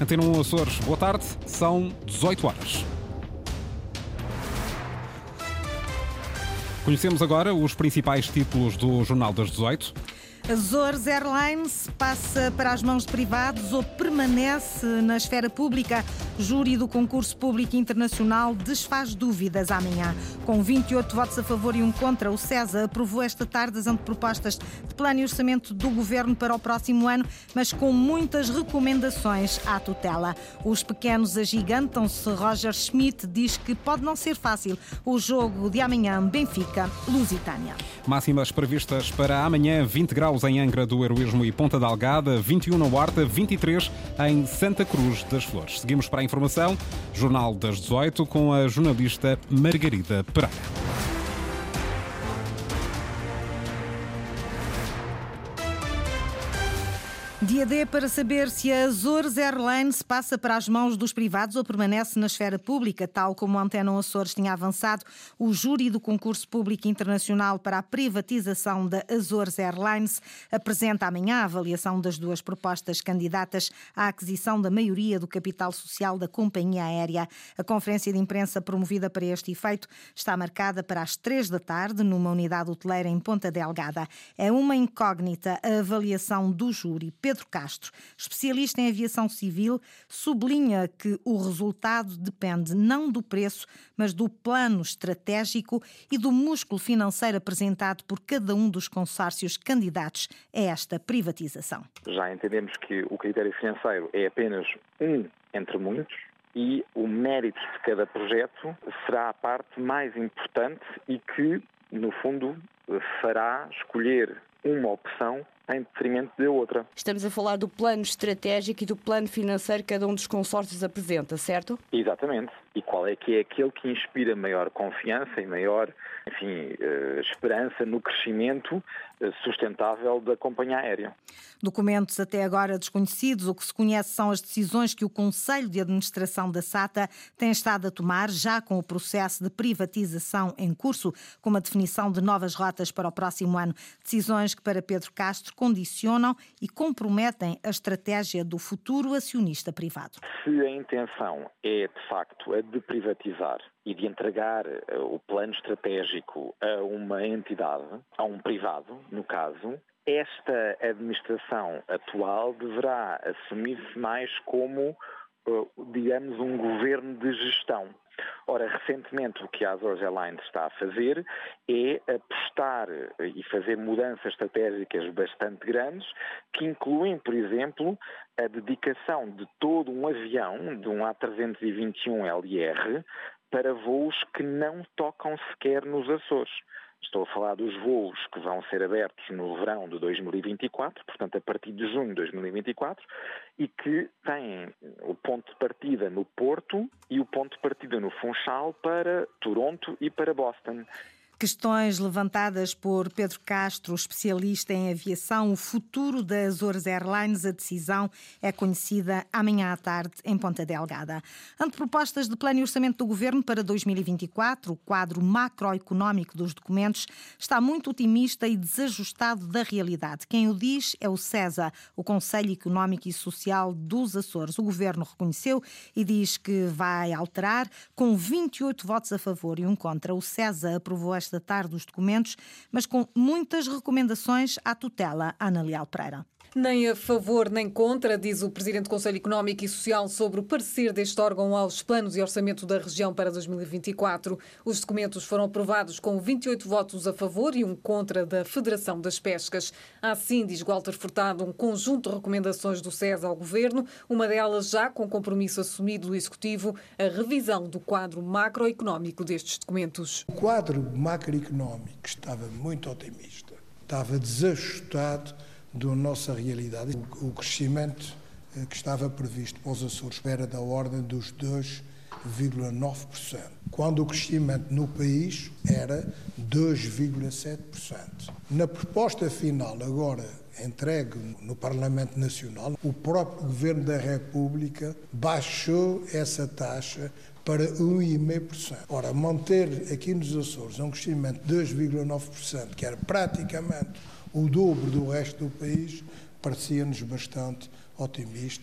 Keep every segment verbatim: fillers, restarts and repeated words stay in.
Antena um Açores, boa tarde, são dezoito horas. Conhecemos agora os principais títulos do Jornal das dezoito. Azores Airlines passa para as mãos de privados ou permanece na esfera pública? Júri do concurso público internacional desfaz dúvidas amanhã. Com vinte e oito votos a favor e um contra, o SESA aprovou esta tarde as antepropostas de plano e orçamento do governo para o próximo ano, mas com muitas recomendações à tutela. Os pequenos agigantam-se. Roger Schmidt diz que pode não ser fácil o jogo de amanhã Benfica-Lusitânia. Máximas previstas para amanhã: vinte graus em Angra do Heroísmo e Ponta da Algada, vinte e um na Horta, vinte e três em Santa Cruz das Flores. Seguimos para a informação, Jornal das dezoito, com a jornalista Margarida Pereira. Dia D para saber se a Azores Airlines passa para as mãos dos privados ou permanece na esfera pública. Tal como a Antena um Açores tinha avançado, o júri do concurso público internacional para a privatização da Azores Airlines apresenta amanhã a avaliação das duas propostas candidatas à aquisição da maioria do capital social da companhia aérea. A conferência de imprensa promovida para este efeito está marcada para as três da tarde numa unidade hoteleira em Ponta Delgada. É uma incógnita a avaliação do júri. Pedro Castro, especialista em aviação civil, sublinha que o resultado depende não do preço, mas do plano estratégico e do músculo financeiro apresentado por cada um dos consórcios candidatos a esta privatização. Já entendemos que o critério financeiro é apenas um entre muitos e o mérito de cada projeto será a parte mais importante e que, no fundo, fará escolher uma opção em detrimento da outra. Estamos a falar do plano estratégico e do plano financeiro que cada um dos consórcios apresenta, certo? Exatamente. E qual é que é aquele que inspira maior confiança e maior, enfim, esperança no crescimento sustentável da companhia aérea. Documentos até agora desconhecidos. O que se conhece são as decisões que o Conselho de Administração da SATA tem estado a tomar, já com o processo de privatização em curso, com a definição de novas rotas para o próximo ano. Decisões que, para Pedro Castro, condicionam e comprometem a estratégia do futuro acionista privado. Se a intenção é, de facto, a de privatizar e de entregar o plano estratégico a uma entidade, a um privado, no caso, esta administração atual deverá assumir-se mais como, digamos, um governo de gestão. Ora, recentemente o que a Azores Airlines está a fazer é apostar e fazer mudanças estratégicas bastante grandes que incluem, por exemplo, a dedicação de todo um avião, de um A trezentos e vinte e um L R, para voos que não tocam sequer nos Açores. Estou a falar dos voos que vão ser abertos no verão de dois mil e vinte e quatro, portanto a partir de junho de dois mil e vinte e quatro, e que têm o ponto de partida no Porto e o ponto de partida no Funchal para Toronto e para Boston. Questões levantadas por Pedro Castro, especialista em aviação. O futuro da Azores Airlines, a decisão é conhecida amanhã à tarde em Ponta Delgada. Ante propostas de plano e orçamento do Governo para dois mil e vinte e quatro, o quadro macroeconómico dos documentos está muito otimista e desajustado da realidade. Quem o diz é o SESA, o Conselho Económico e Social dos Açores. O Governo reconheceu e diz que vai alterar. Com vinte e oito votos a favor e um contra, o SESA aprovou esta da tarde os documentos, mas com muitas recomendações à tutela. Ana Leal Pereira. Nem a favor nem contra, diz o Presidente do Conselho Económico e Social sobre o parecer deste órgão aos planos e orçamento da região para dois mil e vinte e quatro. Os documentos foram aprovados com vinte e oito votos a favor e um contra da Federação das Pescas. Há sim, diz Walter Furtado, um conjunto de recomendações do SESA ao Governo, uma delas já com compromisso assumido do Executivo, a revisão do quadro macroeconómico destes documentos. O quadro macroeconómico estava muito otimista, estava desajustado da nossa realidade. O crescimento que estava previsto para os Açores era da ordem dos dois vírgula nove por cento, quando o crescimento no país era dois vírgula sete por cento. Na proposta final, agora entregue no Parlamento Nacional, o próprio Governo da República baixou essa taxa para um vírgula cinco por cento. Ora, manter aqui nos Açores um crescimento de dois vírgula nove por cento, que era praticamente o dobro do resto do país, parecia-nos bastante otimista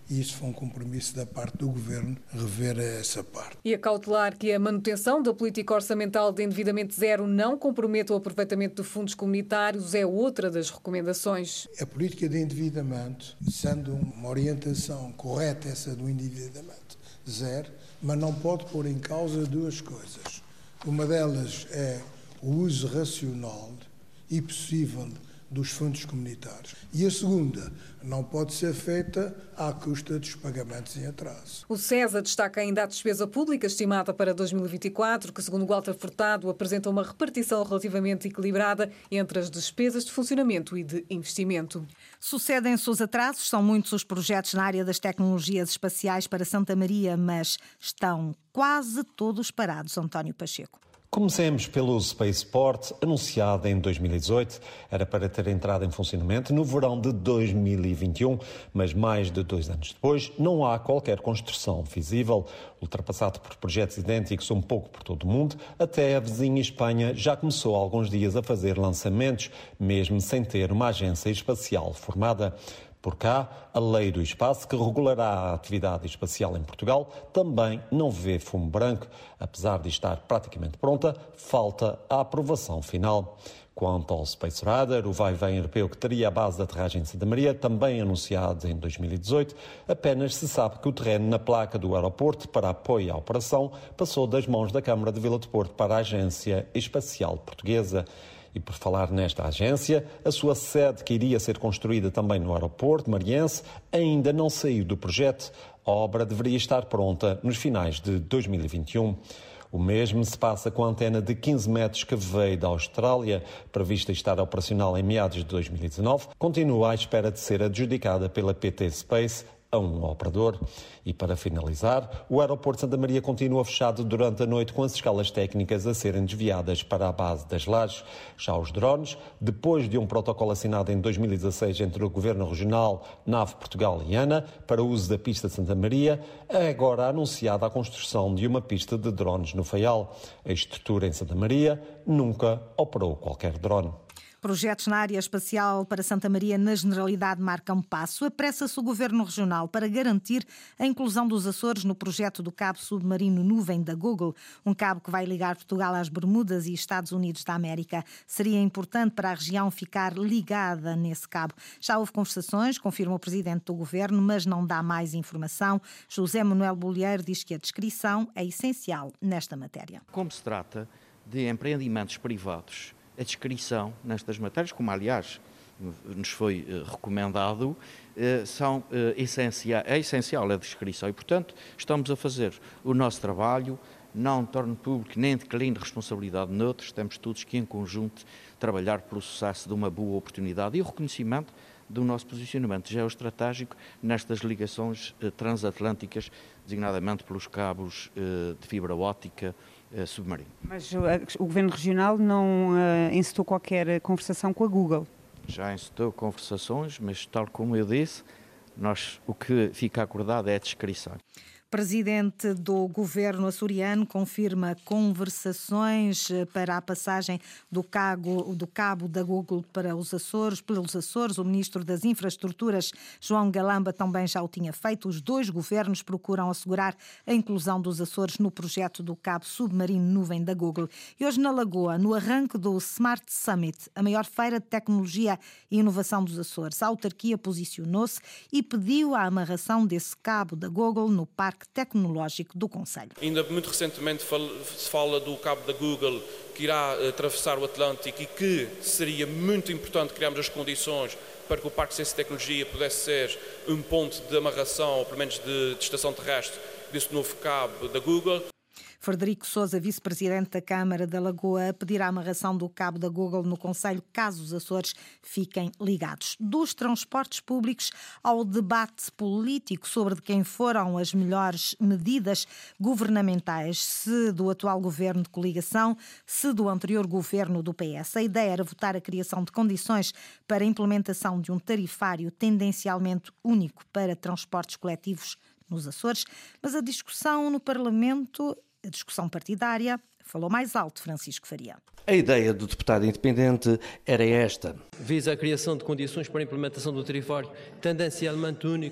e isso foi um compromisso da parte do Governo rever essa parte. E acautelar que a manutenção da política orçamental de endividamento zero não comprometa o aproveitamento de fundos comunitários é outra das recomendações. A política de endividamento, sendo uma orientação correta essa do endividamento zero, mas não pode pôr em causa duas coisas. Uma delas é o uso racional e possível dos fundos comunitários. E a segunda, não pode ser feita à custa dos pagamentos em atraso. O SESA destaca ainda a despesa pública estimada para dois mil e vinte e quatro, que, segundo Walter Furtado, apresenta uma repartição relativamente equilibrada entre as despesas de funcionamento e de investimento. Sucedem-se os atrasos, são muitos os projetos na área das tecnologias espaciais para Santa Maria, mas estão quase todos parados, António Pacheco. Comecemos pelo Spaceport, anunciado em dois mil e dezoito. Era para ter entrado em funcionamento no verão de dois mil e vinte e um, mas mais de dois anos depois não há qualquer construção visível. Ultrapassado por projetos idênticos um pouco por todo o mundo, até a vizinha Espanha já começou há alguns dias a fazer lançamentos, mesmo sem ter uma agência espacial formada. Por cá, a Lei do Espaço, que regulará a atividade espacial em Portugal, também não vê fumo branco. Apesar de estar praticamente pronta, falta a aprovação final. Quanto ao Space Radar, o vai-vem europeu que teria a base de aterragem de Santa Maria, também anunciado em dois mil e dezoito, apenas se sabe que o terreno na placa do aeroporto para apoio à operação passou das mãos da Câmara de Vila do Porto para a Agência Espacial Portuguesa. E por falar nesta agência, a sua sede, que iria ser construída também no aeroporto mariense, ainda não saiu do projeto. A obra deveria estar pronta nos finais de dois mil e vinte e um. O mesmo se passa com a antena de quinze metros que veio da Austrália, prevista estar operacional em meados de dois mil e dezanove, continua à espera de ser adjudicada pela P T Space a um operador. E para finalizar, o aeroporto de Santa Maria continua fechado durante a noite com as escalas técnicas a serem desviadas para a base das Lajes. Já os drones, depois de um protocolo assinado em dois mil e dezasseis entre o Governo Regional, Nave Portugal e ANA, para o uso da pista de Santa Maria, é agora anunciada a construção de uma pista de drones no Faial. A estrutura em Santa Maria nunca operou qualquer drone. Projetos na área espacial para Santa Maria, na generalidade, marcam passo. Apressa-se o Governo Regional para garantir a inclusão dos Açores no projeto do cabo submarino Nuvem da Google, um cabo que vai ligar Portugal às Bermudas e Estados Unidos da América. Seria importante para a região ficar ligada nesse cabo. Já houve conversações, confirma o Presidente do Governo, mas não dá mais informação. José Manuel Bolheiro diz que a descrição é essencial nesta matéria. Como se trata de empreendimentos privados, a descrição nestas matérias, como aliás nos foi uh, recomendado, uh, são, uh, essencial, é essencial a descrição e, portanto, estamos a fazer o nosso trabalho, não torno público nem declino de responsabilidade noutros, temos todos que em conjunto trabalhar pelo sucesso de uma boa oportunidade e o reconhecimento do nosso posicionamento geoestratégico nestas ligações uh, transatlânticas, designadamente pelos cabos uh, de fibra óptica uh, submarino. Mas uh, o Governo Regional não uh, encetou qualquer conversação com a Google? Já encetou conversações, mas tal como eu disse, nós, o que fica acordado é a descrição. Presidente do Governo açoriano confirma conversações para a passagem do cabo, do cabo da Google para os Açores, pelos Açores. O Ministro das Infraestruturas, João Galamba, também já o tinha feito. Os dois governos procuram assegurar a inclusão dos Açores no projeto do cabo submarino Nuvem da Google. E hoje na Lagoa, no arranque do Smart Summit, a maior feira de tecnologia e inovação dos Açores, a autarquia posicionou-se e pediu a amarração desse cabo da Google no Parque Tecnológico do Conselho. Ainda muito recentemente se fala do cabo da Google que irá atravessar o Atlântico e que seria muito importante criarmos as condições para que o Parque de Ciência e Tecnologia pudesse ser um ponto de amarração, ou pelo menos de, de estação terrestre, desse novo cabo da Google. Frederico Sousa, vice-presidente da Câmara da Lagoa, pedirá a amarração do cabo da Google no Conselho, caso os Açores fiquem ligados. Dos transportes públicos ao debate político sobre de quem foram as melhores medidas governamentais, se do atual governo de coligação, se do anterior governo do P S. A ideia era votar a criação de condições para a implementação de um tarifário tendencialmente único para transportes coletivos nos Açores, mas a discussão no Parlamento, a discussão partidária, falou mais alto Francisco Faria. A ideia do deputado independente era esta. Visa a criação de condições para a implementação do tarifário tendencialmente único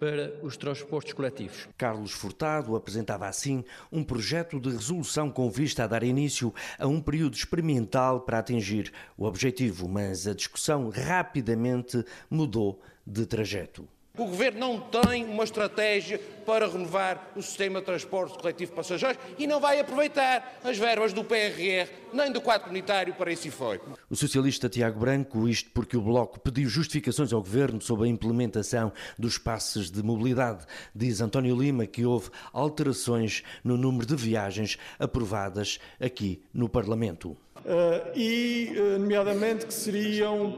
para os transportes coletivos. Carlos Furtado apresentava assim um projeto de resolução com vista a dar início a um período experimental para atingir o objetivo, mas a discussão rapidamente mudou de trajeto. O Governo não tem uma estratégia para renovar o sistema de transporte coletivo de passageiros e não vai aproveitar as verbas do P R R nem do quadro comunitário para esse efeito. O socialista Tiago Branco, isto porque o Bloco pediu justificações ao Governo sobre a implementação dos passes de mobilidade. Diz António Lima que houve alterações no número de viagens aprovadas aqui no Parlamento. Uh, e, uh, nomeadamente, que seriam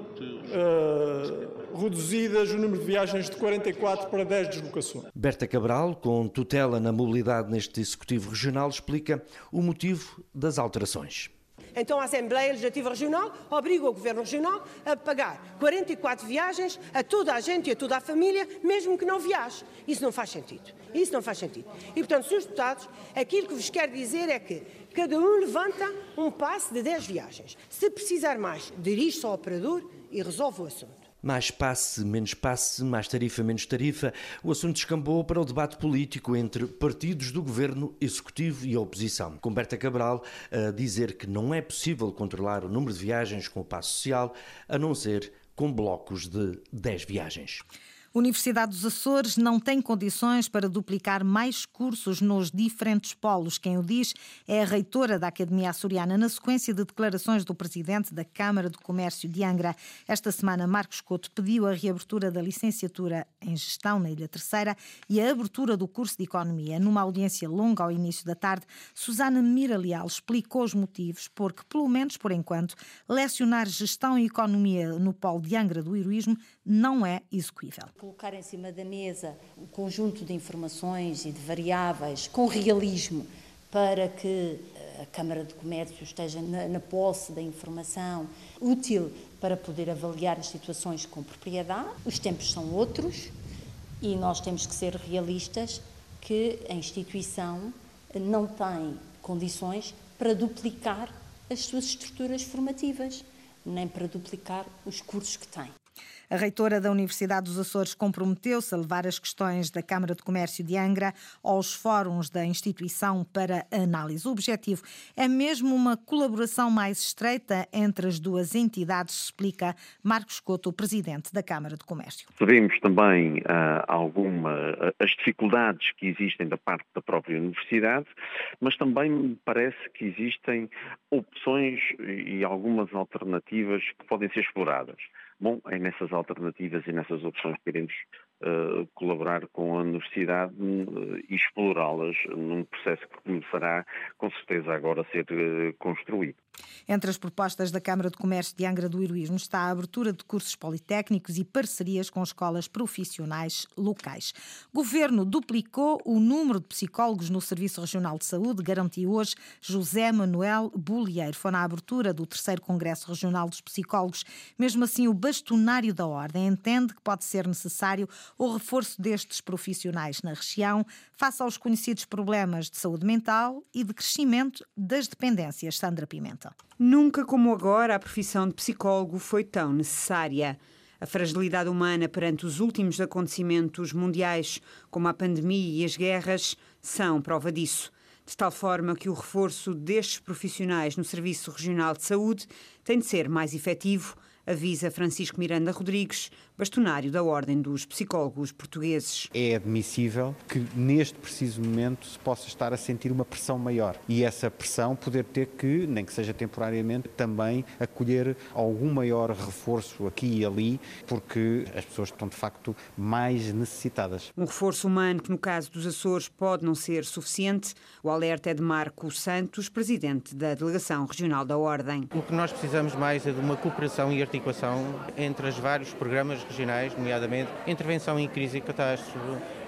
uh, reduzidas o número de viagens de quarenta e quatro para dez deslocações. Berta Cabral, com tutela na mobilidade neste Executivo Regional, explica o motivo das alterações. Então a Assembleia Legislativa Regional obriga o Governo Regional a pagar quarenta e quatro viagens a toda a gente e a toda a família, mesmo que não viaje. Isso não faz sentido. Isso não faz sentido. E, portanto, senhores deputados, aquilo que vos quero dizer é que cada um levanta um passe de dez viagens. Se precisar mais, dirige-se ao operador e resolve o assunto. Mais passe, menos passe, mais tarifa, menos tarifa. O assunto descambou para o debate político entre partidos do governo, executivo e a oposição. Com Berta Cabral a dizer que não é possível controlar o número de viagens com o passe social, a não ser com blocos de dez viagens. Universidade dos Açores não tem condições para duplicar mais cursos nos diferentes polos. Quem o diz é a reitora da Academia Açoriana, na sequência de declarações do presidente da Câmara de Comércio de Angra. Esta semana, Marcos Couto pediu a reabertura da licenciatura em Gestão na Ilha Terceira e a abertura do curso de Economia. Numa audiência longa ao início da tarde, Susana Mira Leal explicou os motivos porque, pelo menos por enquanto, lecionar Gestão e Economia no polo de Angra do Heroísmo não é execuível. Colocar em cima da mesa um conjunto de informações e de variáveis com realismo para que a Câmara de Comércio esteja na, na posse da informação útil para poder avaliar as situações com propriedade. Os tempos são outros e nós temos que ser realistas que a instituição não tem condições para duplicar as suas estruturas formativas, nem para duplicar os cursos que tem. A reitora da Universidade dos Açores comprometeu-se a levar as questões da Câmara de Comércio de Angra aos fóruns da instituição para análise. O objetivo é mesmo uma colaboração mais estreita entre as duas entidades, explica Marcos Couto, o presidente da Câmara de Comércio. Sabemos também uh, alguma, uh, as dificuldades que existem da parte da própria universidade, mas também me parece que existem opções e algumas alternativas que podem ser exploradas. Bom, é nessas alternativas e nessas opções que queremos uh, colaborar com a Universidade uh, e explorá-las num processo que começará, com certeza, agora a ser uh, construído. Entre as propostas da Câmara de Comércio de Angra do Heroísmo está a abertura de cursos politécnicos e parcerias com escolas profissionais locais. O Governo duplicou o número de psicólogos no Serviço Regional de Saúde, garantiu hoje José Manuel Bolieiro. Foi na abertura do terceiro Congresso Regional dos Psicólogos. Mesmo assim, o bastonário da Ordem entende que pode ser necessário o reforço destes profissionais na região, face aos conhecidos problemas de saúde mental e de crescimento das dependências. Sandra Pimenta. Nunca como agora a profissão de psicólogo foi tão necessária. A fragilidade humana perante os últimos acontecimentos mundiais, como a pandemia e as guerras, são prova disso. De tal forma que o reforço destes profissionais no Serviço Regional de Saúde tem de ser mais efetivo, avisa Francisco Miranda Rodrigues, bastonário da Ordem dos Psicólogos Portugueses. É admissível que neste preciso momento se possa estar a sentir uma pressão maior e essa pressão poder ter que, nem que seja temporariamente, também acolher algum maior reforço aqui e ali, porque as pessoas estão de facto mais necessitadas. Um reforço humano que no caso dos Açores pode não ser suficiente. O alerta é de Marco Santos, presidente da Delegação Regional da Ordem. O que nós precisamos mais é de uma cooperação e articulação entre os vários programas regionais, nomeadamente intervenção em crise e catástrofe,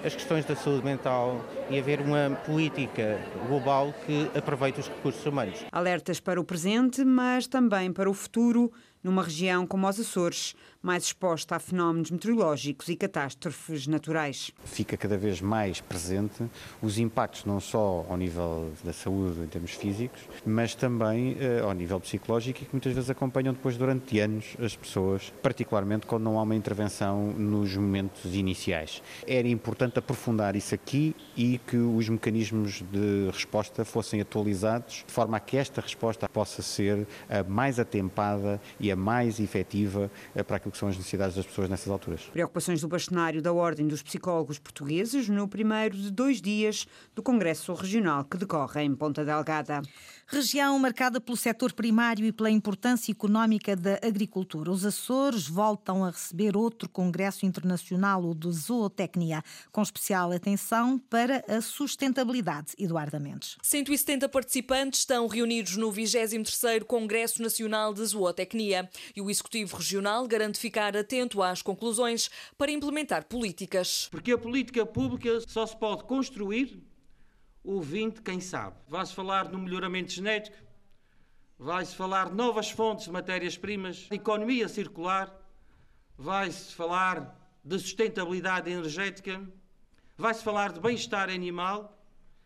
as questões da saúde mental e haver uma política global que aproveite os recursos humanos. Alertas para o presente, mas também para o futuro, numa região como os Açores, mais exposta a fenómenos meteorológicos e catástrofes naturais. Fica cada vez mais presente os impactos não só ao nível da saúde em termos físicos, mas também eh, ao nível psicológico e que muitas vezes acompanham depois durante anos as pessoas, particularmente quando não há uma intervenção nos momentos iniciais. Era importante aprofundar isso aqui e que os mecanismos de resposta fossem atualizados de forma a que esta resposta possa ser a mais atempada e a mais efetiva para aquilo que são as necessidades das pessoas nessas alturas. Preocupações do bastonário da Ordem dos Psicólogos Portugueses no primeiro de dois dias do Congresso Regional que decorre em Ponta Delgada. Região marcada pelo setor primário e pela importância económica da agricultura. Os Açores voltam a receber outro congresso internacional, o de Zootecnia, com especial atenção para a sustentabilidade. Eduardo Mendes. cento e setenta participantes estão reunidos no vigésimo terceiro Congresso Nacional de Zootecnia e o Executivo Regional garante ficar atento às conclusões para implementar políticas. Porque a política pública só se pode construir ouvindo quem sabe. Vai-se falar no melhoramento genético, vai-se falar de novas fontes de matérias-primas, economia circular, vai-se falar de sustentabilidade energética, vai-se falar de bem-estar animal,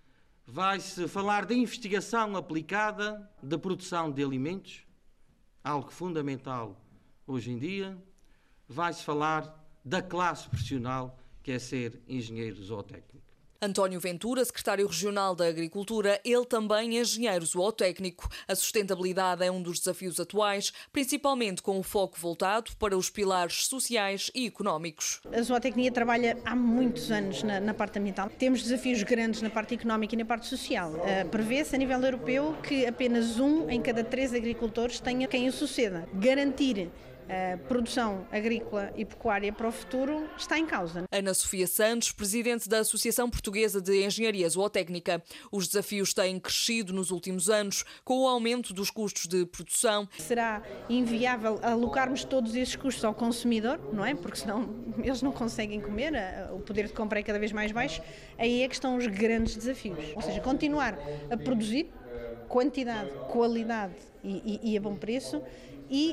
vai-se falar de investigação aplicada, de produção de alimentos, algo fundamental hoje em dia, vai-se falar da classe profissional que é ser engenheiro zootécnico. António Ventura, secretário regional da Agricultura, ele também engenheiro zootécnico. A sustentabilidade é um dos desafios atuais, principalmente com o foco voltado para os pilares sociais e económicos. A zootecnia trabalha há muitos anos na, na parte ambiental. Temos desafios grandes na parte económica e na parte social. Uh, prevê-se a nível europeu que apenas um em cada três agricultores tenha quem o suceda. Garantir a produção agrícola e pecuária para o futuro está em causa. Ana Sofia Santos, presidente da Associação Portuguesa de Engenharia Zootécnica. Os desafios têm crescido nos últimos anos com o aumento dos custos de produção. Será inviável alocarmos todos esses custos ao consumidor, não é? Porque senão eles não conseguem comer, o poder de compra é cada vez mais baixo. Aí é que estão os grandes desafios. Ou seja, continuar a produzir quantidade, qualidade e, e, e a bom preço e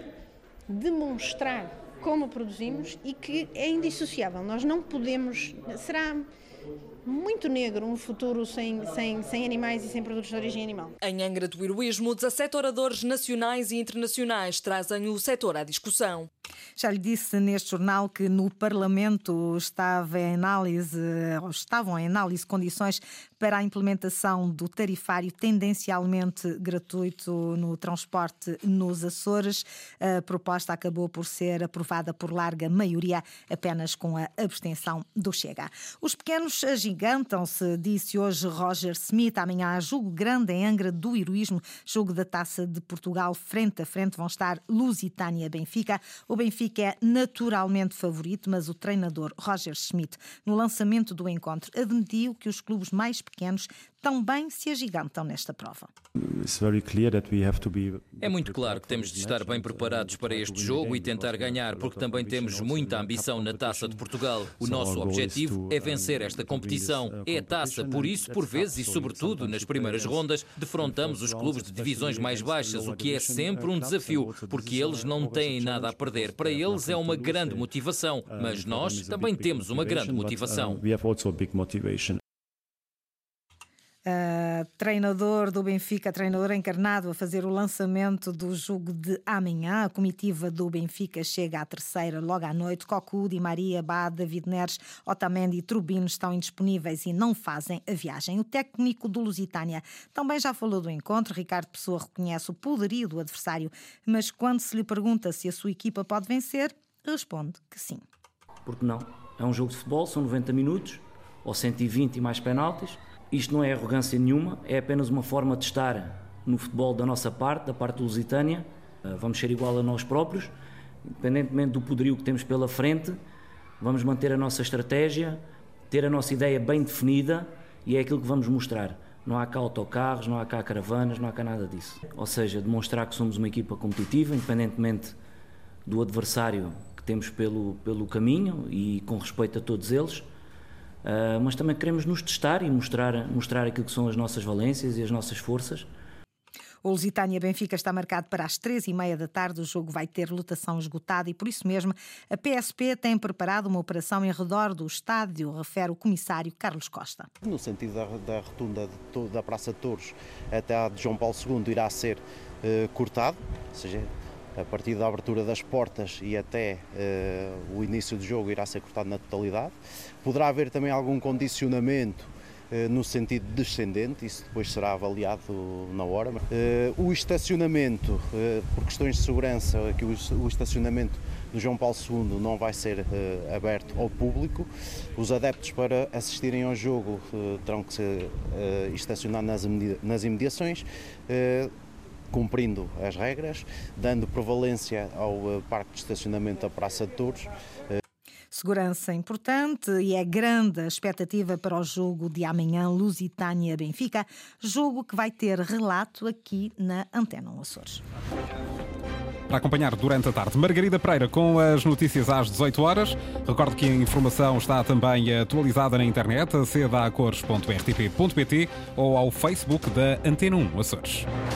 demonstrar como produzimos e que é indissociável. Nós não podemos... Será muito negro um futuro sem, sem, sem animais e sem produtos de origem animal. Em Angra do Heroísmo, dezassete oradores nacionais e internacionais trazem o setor à discussão. Já lhe disse neste jornal que no Parlamento estava em análise, ou estavam em análise condições para a implementação do tarifário tendencialmente gratuito no transporte nos Açores. A proposta acabou por ser aprovada por larga maioria, apenas com a abstenção do Chega. Os pequenos agigantam-se, disse hoje Roger Smith. Amanhã há jogo grande em Angra do Heroísmo, jogo da Taça de Portugal. Frente a frente vão estar Lusitânia-Benfica. O Benfica é naturalmente favorito, mas o treinador Roger Schmidt, no lançamento do encontro, admitiu que os clubes mais pequenos também se agigantam nesta prova. É muito claro que temos de estar bem preparados para este jogo e tentar ganhar, porque também temos muita ambição na Taça de Portugal. O nosso objetivo é vencer esta competição. É a taça, por isso, por vezes e sobretudo nas primeiras rondas, defrontamos os clubes de divisões mais baixas, o que é sempre um desafio, porque eles não têm nada a perder. Para eles é uma grande motivação, mas nós também temos uma grande motivação. Uh, treinador do Benfica, treinador encarnado a fazer o lançamento do jogo de amanhã. A comitiva do Benfica chega à terceira logo à noite. Cocu, Di Maria, Bá, David Neres, Otamendi e Trubino estão indisponíveis e não fazem a viagem. O técnico do Lusitânia também já falou do encontro. Ricardo Pessoa reconhece o poderio do adversário, mas quando se lhe pergunta se a sua equipa pode vencer, responde que sim. Porque não? É um jogo de futebol, são noventa minutos, ou cento e vinte e mais penaltis. Isto não é arrogância nenhuma, é apenas uma forma de estar no futebol da nossa parte, da parte do Lusitânia. Vamos ser igual a nós próprios, independentemente do poderio que temos pela frente, vamos manter a nossa estratégia, ter a nossa ideia bem definida e é aquilo que vamos mostrar. Não há cá autocarros, não há cá caravanas, não há cá nada disso. Ou seja, demonstrar que somos uma equipa competitiva, independentemente do adversário que temos pelo, pelo caminho e com respeito a todos eles. uh, mas também queremos nos testar e mostrar, mostrar aquilo que são as nossas valências e as nossas forças. O Lusitânia-Benfica está marcado para as três e meia da tarde. O jogo vai ter lotação esgotada e, por isso mesmo, a P S P tem preparado uma operação em redor do estádio, refere o comissário Carlos Costa. No sentido da, da rotunda de, da Praça de Touros até a de João Paulo segundo irá ser uh, cortado, ou seja, a partir da abertura das portas e até uh, o início do jogo irá ser cortado na totalidade. Poderá haver também algum condicionamento no sentido descendente, isso depois será avaliado na hora. O estacionamento, por questões de segurança, que o estacionamento do João Paulo segundo não vai ser aberto ao público. Os adeptos, para assistirem ao jogo, terão que se estacionar nas imediações, cumprindo as regras, dando prevalência ao parque de estacionamento da Praça de Touros. Segurança importante e é grande a expectativa para o jogo de amanhã, Lusitânia-Benfica, jogo que vai ter relato aqui na Antena um Açores. Para acompanhar durante a tarde, Margarida Pereira com as notícias às dezoito horas. Recordo que a informação está também atualizada na internet, aceda a cores ponto r t p ponto p t ou ao Facebook da Antena um Açores.